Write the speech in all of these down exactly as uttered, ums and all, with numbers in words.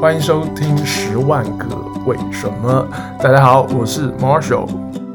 欢迎收听《十万个为什么》。大家好，我是 Marshall。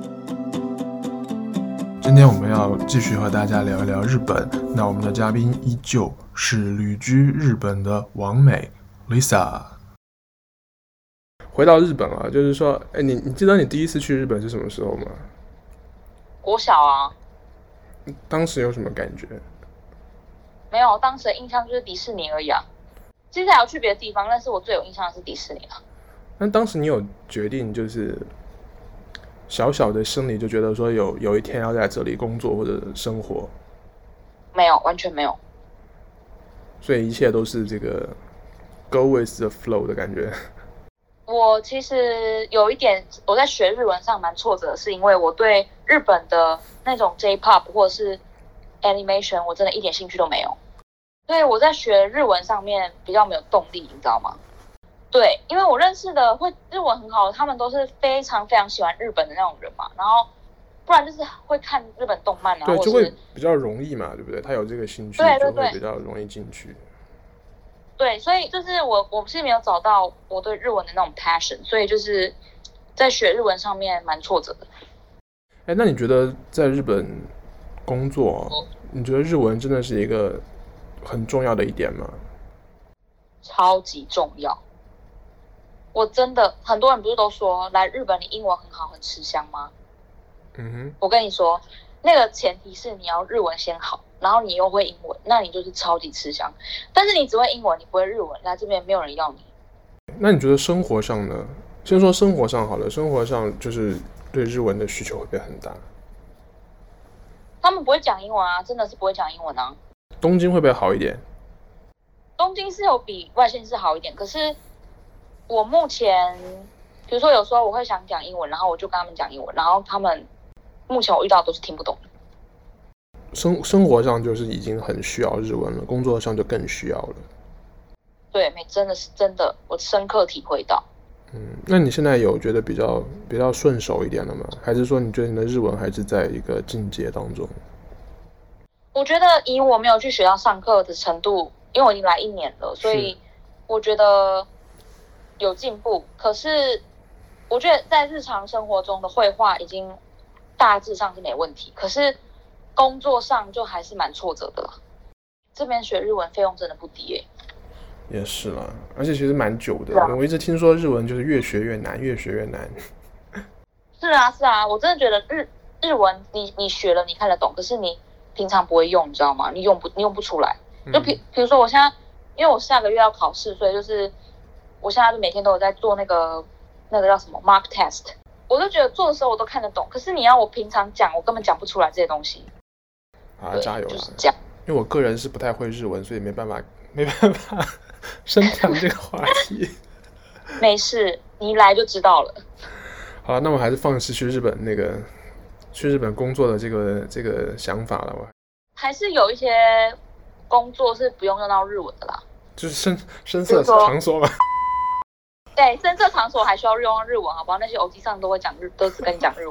今天我们要继续和大家聊一聊日本。那我们的嘉宾依旧是旅居日本的王美 Lisa。回到日本啊，就是说，哎，你你记得你第一次去日本是什么时候吗？ 国小啊。 当时有什么感觉？ 没有，当时的印象就是迪士尼而已啊。接下来要去别的地方，但是我最有印象的是迪士尼啊。 那当时你有决定，就是小小的心里就觉得说有有一天要在这里工作或者生活？ 没有，完全没有。 所以一切都是这个 go with the flow 的感觉。 我其实有一点，我在学日文上蛮挫折的，是因为我对日本的那种 J-pop 或者是 animation 我真的一点兴趣都没有。所以我在学日文上面比较没有动力，你知道吗？对，因为我认识的会日文很好的，他们都是非常非常喜欢日本的那种人嘛，然后不然就是会看日本动漫啊， 对， 或就会比较容易嘛，对不对？他有这个兴趣，对对对，就会比较容易进去。 对，所以就是我我是没有找到我对日文的那种 passion， 所以就是在学日文上面蛮挫折的。 哎，那你觉得在日本工作，嗯、你觉得日文真的是一个很重要的一点吗？ 超级重要。我真的很多人不是都说来日本你英文很好很吃香吗？ 嗯哼。 我跟你说，那个前提是你要日文先好，然后你又会英文，那你就是超级吃香。但是你只会英文，你不会日文，来这边没有人要你。 那你觉得生活上呢？先说生活上好了，生活上就是对日文的需求会不会很大？ 他们不会讲英文啊，真的是不会讲英文啊。 东京会不会好一点？ 东京是有比外县市好一点，可是我目前，比如说有时候我会想讲英文，然后我就跟他们讲英文，然后他们目前我遇到都是听不懂的。 生生活上就是已经很需要日文了，工作上就更需要了。 对，没真的是真的，我深刻体会到。 嗯，那你现在有觉得比较比较顺手一点了吗？还是说你觉得你的日文还是在一个进阶当中？ 我觉得以我没有去学校上课的程度，因为我已经来一年了，所以我觉得有进步。可是我觉得在日常生活中的绘画已经大致上是没问题，可是工作上就还是蛮挫折的啦。这边学日文费用真的不低耶、欸。 也是啦，而且其实蛮久的。啊、我一直听说日文就是越学越难，越学越难。 是啊，是啊，我真的觉得日日文你你学了你看得懂，可是你平常不会用，你知道吗？你用不你用不出来。就比比如说我现在，因为我下个月要考试，所以就是我现在就每天都有在做那个那个叫什么 mock test， 我就觉得做的时候我都看得懂，可是你要我平常讲，我根本讲不出来这些东西。 好、啊，加油啦！ 就是这样。 因为我个人是不太会日文，所以没办法没办法深谈这个话题。 没事，你一来就知道了。 好了，那我还是放弃去日本那个去日本工作的这个这个想法了。我还是有一些工作是不用用到日文的啦， 就是深深色场所嘛。 对，深色场所还需要用到日文，好不好？那些欧吉桑都会讲日，都只跟你讲日文。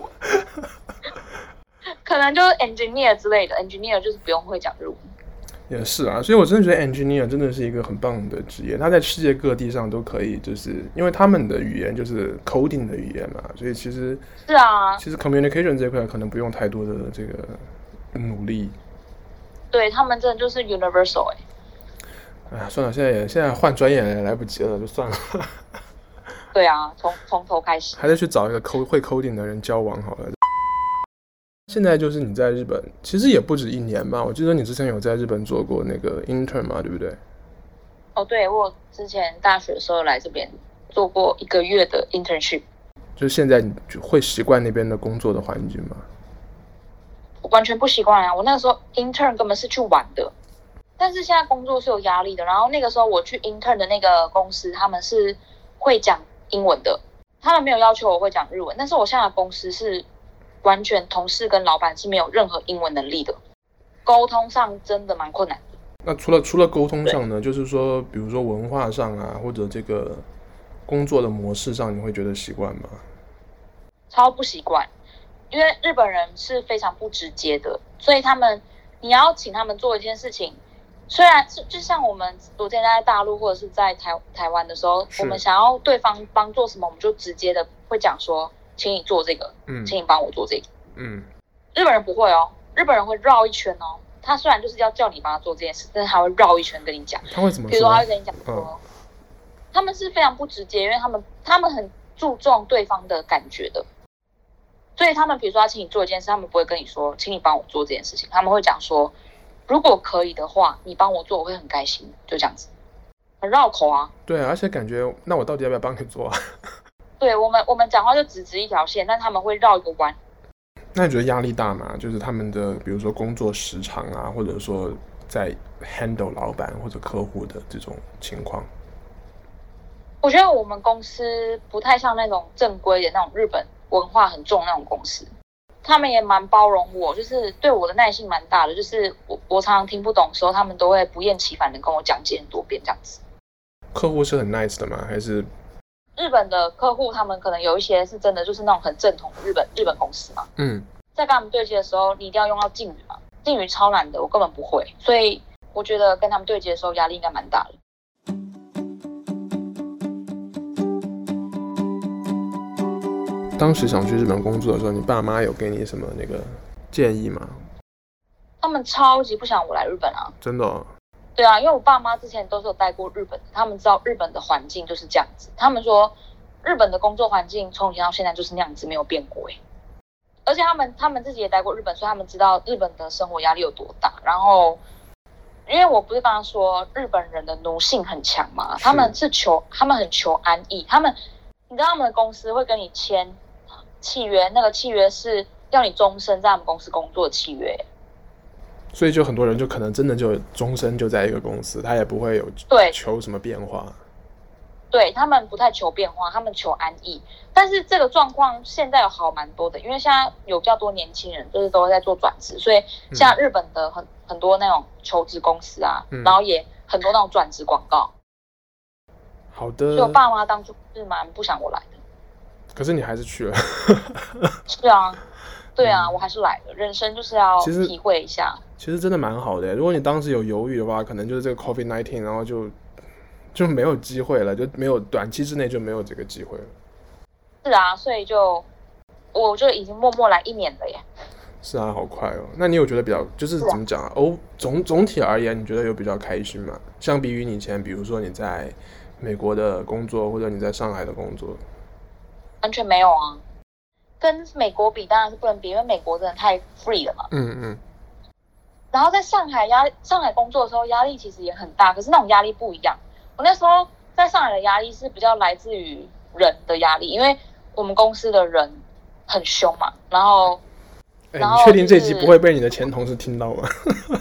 可能就是 engineer 之类的 ，engineer 就是不用会讲日文。 也是啊，所以我真的觉得 engineer 真的是一个很棒的职业，他在世界各地上都可以，就是因为他们的语言就是 coding 的语言嘛，所以其实是啊， 其实 communication 这块可能不用太多的这个努力。 对，他们真的就是 universal 哎、 欸。哎，算了，现在也现在换专业也来不及了，就算了。 对啊，从从头开始， 还是去找一个 code 会 coding 的人交往好了。现在就是你在日本，其实也不止一年吧。我记得你之前有在日本做过那个 intern 嘛，对不对？ 哦，对，我之前大学的时候来这边做过一个月的 internship。 就是现在你会习惯那边的工作的环境吗？ 我完全不习惯啊！我那个时候 intern 根本是去玩的，但是现在工作是有压力的。然后那个时候我去 intern 的那个公司，他们是会讲英文的，他们没有要求我会讲日文，但是我现在的公司是完全同事跟老板是没有任何英文能力的，沟通上真的蛮困难的。 那除了除了沟通上呢，就是说，比如说文化上啊，或者这个工作的模式上，你会觉得习惯吗？ 超不习惯，因为日本人是非常不直接的，所以他们你要请他们做一件事情， 虽然是就像我们昨天在大陆或者是在台台湾的时候，我们想要对方帮做什么，我们就直接的会讲说，请你做这个，嗯，请你帮我做这个，嗯。日本人不会哦，日本人会绕一圈哦。他虽然就是要叫你帮他做这件事，但是他会绕一圈跟你讲。 他会怎么说？ 比如说他会跟你讲说，嗯、他们是非常不直接，因为他们他们很注重对方的感觉的。所以他们比如说要请你做一件事，他们不会跟你说，请你帮我做这件事情，他们会讲说，如果可以的话，你帮我做，我会很开心，就这样子，很绕口啊。 对啊，而且感觉那我到底要不要帮你做啊？ 对我们我们讲话就直直一条线，但他们会绕一个弯。 那你觉得压力大吗？就是他们的比如说工作时长啊，或者说在 handle 老板或者客户的这种情况。 我觉得我们公司不太像那种正规的那种日本文化很重那种公司，他们也蛮包容我，就是对我的耐性蛮大的，就是我我常常听不懂的时候，他们都会不厌其烦的跟我讲解很多遍这样子。 客户是很 nice 的吗？还是日本的客户他们可能有一些是真的就是那种很正统的日本日本公司嘛，嗯，在跟他们对接的时候，你一定要用到敬语嘛，敬语超难的，我根本不会，所以我觉得跟他们对接的时候压力应该蛮大的。 当时想去日本工作的时候，你爸妈有给你什么那个建议吗？ 他们超级不想我来日本啊， 真的哦？ 对啊，因为我爸妈之前都是有待过日本，他们知道日本的环境就是这样子。他们说日本的工作环境从以前到现在就是那样子，没有变过。而且他们他们自己也待过日本，所以他们知道日本的生活压力有多大。然后，因为我不是刚刚说日本人的奴性很强嘛，他们是求他们很求安逸，他们你知道他们的公司会跟你签契约，那个契约是要你终身在他们公司工作的契约。 所以就很多人就可能真的就终身就在一个公司，他也不会有求什么变化。 对，他们不太求变化，他们求安逸。但是这个状况现在有好蛮多的，因为现在有比较多年轻人就是都在做转职，所以现在日本的很很多那种求职公司啊，嗯、然后也很多那种转职广告。 好的。 所以我爸妈当初是蛮不想我来的。 可是你还是去了。 是啊。对啊，我还是来了。人生就是要体会一下。 其实真的蛮好的。如果你当时有犹豫的话，可能就是这个 COVID 十九，然后就就没有机会了，就没有短期之内就没有这个机会了。 是啊，所以就我就已经默默来一年了耶。 是啊，好快哦。那你有觉得比较就是怎么讲啊？哦，总总体而言，你觉得有比较开心吗？相比于你以前，比如说你在美国的工作，或者你在上海的工作， 完全没有啊。跟美国比当然是不能比，因为美国真的太 free 了嘛。嗯嗯。然后在上海压上海工作的时候，压力其实也很大，可是那种压力不一样。我那时候在上海的压力是比较来自于人的压力，因为我们公司的人很凶嘛。然后， 欸、然后、就是、你确定这集不会被你的前同事听到吗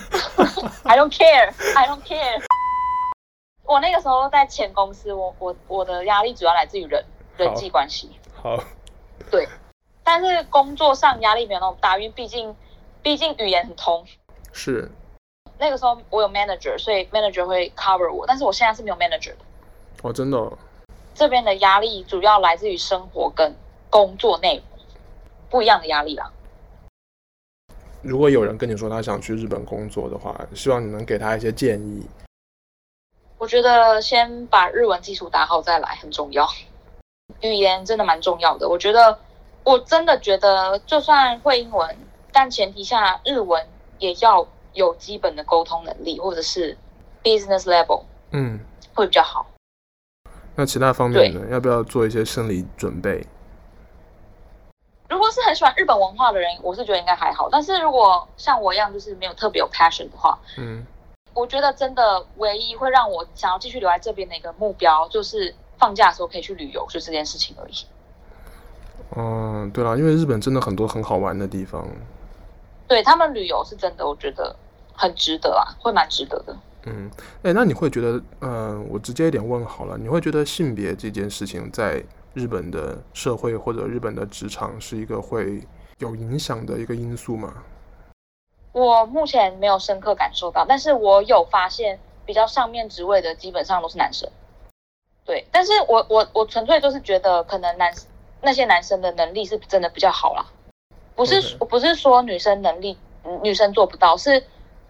？I don't care, I don't care。我那个时候在前公司，我我我的压力主要来自于人人际关系。 好。 对。但是工作上压力没有那么大，因为毕竟毕竟语言很通。 是。 那个时候我有 manager， 所以 manager 会 cover 我，但是我现在是没有 manager 的。 哦，真的、哦。 这边的压力主要来自于生活跟工作内容不一样的压力啦。 如果有人跟你说他想去日本工作的话，希望你能给他一些建议。 我觉得先把日文基础打好再来很重要，语言真的蛮重要的。我觉得。我真的觉得，就算会英文，但前提下日文也要有基本的沟通能力，或者是 business level， 嗯，会比较好。 那其他方面呢？要不要做一些心理准备？ 如果是很喜欢日本文化的人，我是觉得应该还好。但是如果像我一样，就是没有特别有 passion 的话，嗯，我觉得真的唯一会让我想要继续留在这边的一个目标，就是放假的时候可以去旅游，就这件事情而已。 嗯，对啦，因为日本真的很多很好玩的地方。 对，他们旅游是真的，我觉得很值得啊，会蛮值得的。 嗯，哎，那你会觉得，呃，我直接一点问好了，你会觉得性别这件事情在日本的社会或者日本的职场是一个会有影响的一个因素吗？ 我目前没有深刻感受到，但是我有发现比较上面职位的基本上都是男生。对，但是我我我纯粹就是觉得可能男那些男生的能力是真的比较好啦，不是、okay. 不是说女生能力女生做不到，是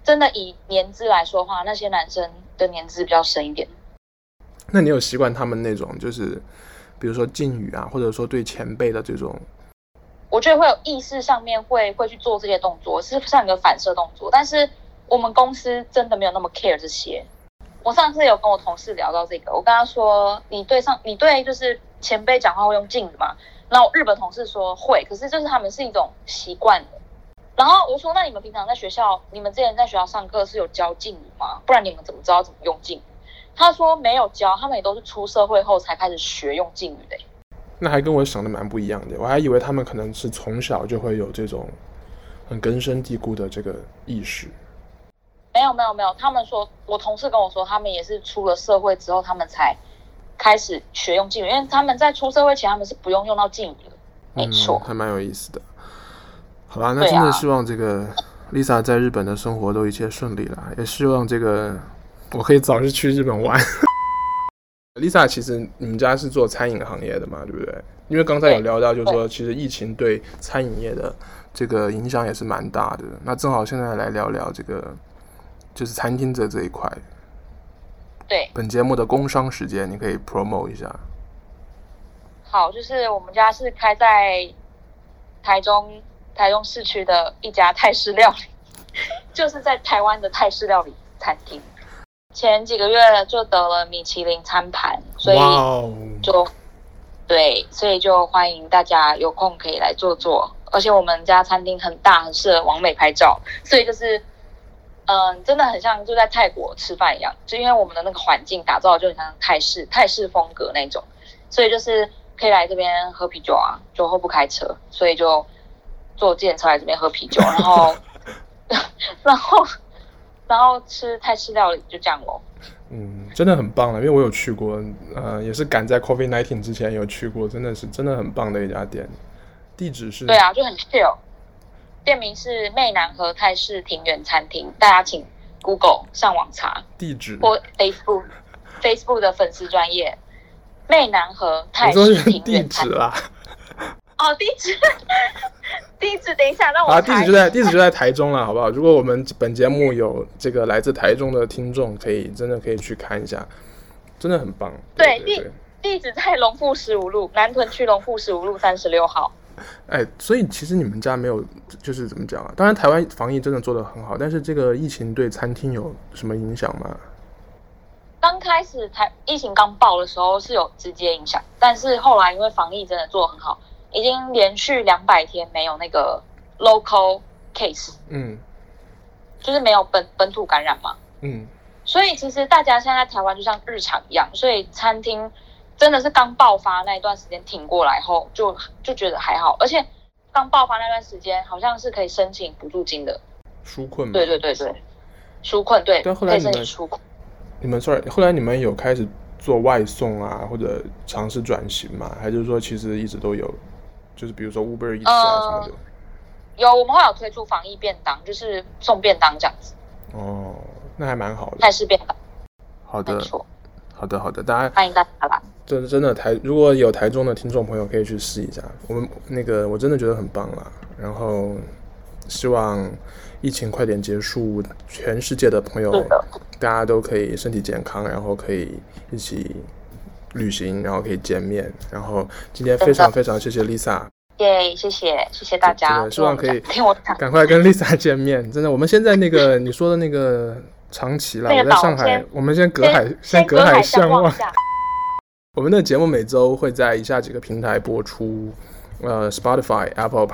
真的以年资来说的话，那些男生的年资比较深一点。 那你有习惯他们那种就是比如说敬语啊，或者说对前辈的这种？ 我觉得会有意识上面会会去做这些动作，是像一个反射动作。但是我们公司真的没有那么 care 这些。我上次有跟我同事聊到这个，我跟他说：“你对上你对就是前辈讲话会用敬语吗？”然后日本同事说会，可是就是他们是一种习惯的。然后我说：“那你们平常在学校，你们之前在学校上课是有教敬语吗？不然你们怎么知道怎么用敬语？”他说没有教，他们也都是出社会后才开始学用敬语的。 那还跟我想的蛮不一样的，我还以为他们可能是从小就会有这种很根深蒂固的这个意识。 没有没有没有，他们说，我同事跟我说，他们也是出了社会之后，他们才开始学用敬语，因为他们在出社会前，他们是不用用到敬语的。没错， 嗯，还蛮有意思的。好啦，那真的希望这个 Lisa 在日本的生活都一切顺利啦，也希望这个我可以早日去日本玩。Lisa 其实你们家是做餐饮行业的嘛，对不对？因为刚才有聊到，就是说其实疫情对餐饮业的这个影响也是蛮大的。那正好现在来聊聊这个就是餐厅的这一块。 对， 本节目的工商时间，你可以 promote 一下。 好，就是我们家是开在台中台中市区的一家泰式料理，就是在台湾的泰式料理餐厅。前几个月就得了米其林餐盘，所以就、wow. 对，所以就欢迎大家有空可以来坐坐。而且我们家餐厅很大，很适合网美拍照，所以就是嗯，真的很像就在泰国吃饭一样，就因为我们的那个环境打造就很像泰式泰式风格那种，所以就是可以来这边喝啤酒啊，酒后不开车，所以就坐计程车来这边喝啤酒，然后然后。然后吃泰式料理就这样咯。 嗯，真的很棒了，因为我有去过，呃，也是赶在 COVID 十九 之前有去过，真的是真的很棒的一家店。地址是？ 对啊，就很 chill。店名是湄南河泰式庭园餐厅，大家请 Google 上网查。 地址或 Facebook Facebook 的粉丝专页湄南河泰式庭园餐厅。 啦。 哦，地址，地址，等一下，让我啊，地址就在地址就在台中了，好不好？如果我们本节目有这个来自台中的听众，可以真的可以去看一下，真的很棒。 对，对对地地址在龙富十五路，南屯区龙富十五路三十六号。 哎，所以其实你们家没有，就是怎么讲啊？当然，台湾防疫真的做得很好，但是这个疫情对餐厅有什么影响吗？ 刚开始台疫情刚爆的时候是有直接影响，但是后来因为防疫真的做得很好。已经连续两百天没有那个 local case， 嗯，就是没有本本土感染嘛，嗯，所以其实大家现在在台湾就像日常一样，所以餐厅真的是刚爆发那一段时间挺过来后，就就觉得还好，而且刚爆发那段时间好像是可以申请补助金的， 纾困嘛， 对对对对，纾困对， 但后来你们可以申请纾困， 你们 sorry， 后来你们有开始做外送啊，或者尝试转型吗？还是说其实一直都有？就是比如说 Uber Eats 啊什么的、呃， 有我们会有推出防疫便当，就是送便当这样子。 哦，那还蛮好的。 泰式便当。 好的，好的，好的，大家欢迎大家来。 真的真的台如果有台中的听众朋友可以去试一下，我们那个我真的觉得很棒啦。然后希望疫情快点结束，全世界的朋友大家都可以身体健康，然后可以一起旅行，然后可以见面。然后今天非常非常谢谢 Lisa， 耶，谢谢谢谢大家， 希望可以赶快跟 Lisa 见面。真的，我们现在那个你说的那个长崎啦，我在上海，我们先隔海先, 先隔海相望。我们的节目每周会在以下几个平台播出，呃 ，Spotify、Apple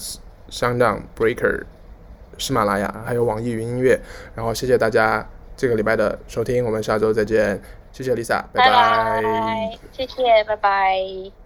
Podcasts、SoundOn、Breaker、喜马拉雅，还有网易云音乐。然后谢谢大家这个礼拜的收听，我们下周再见。谢谢 Lisa， 拜拜。 拜拜，谢谢，拜拜。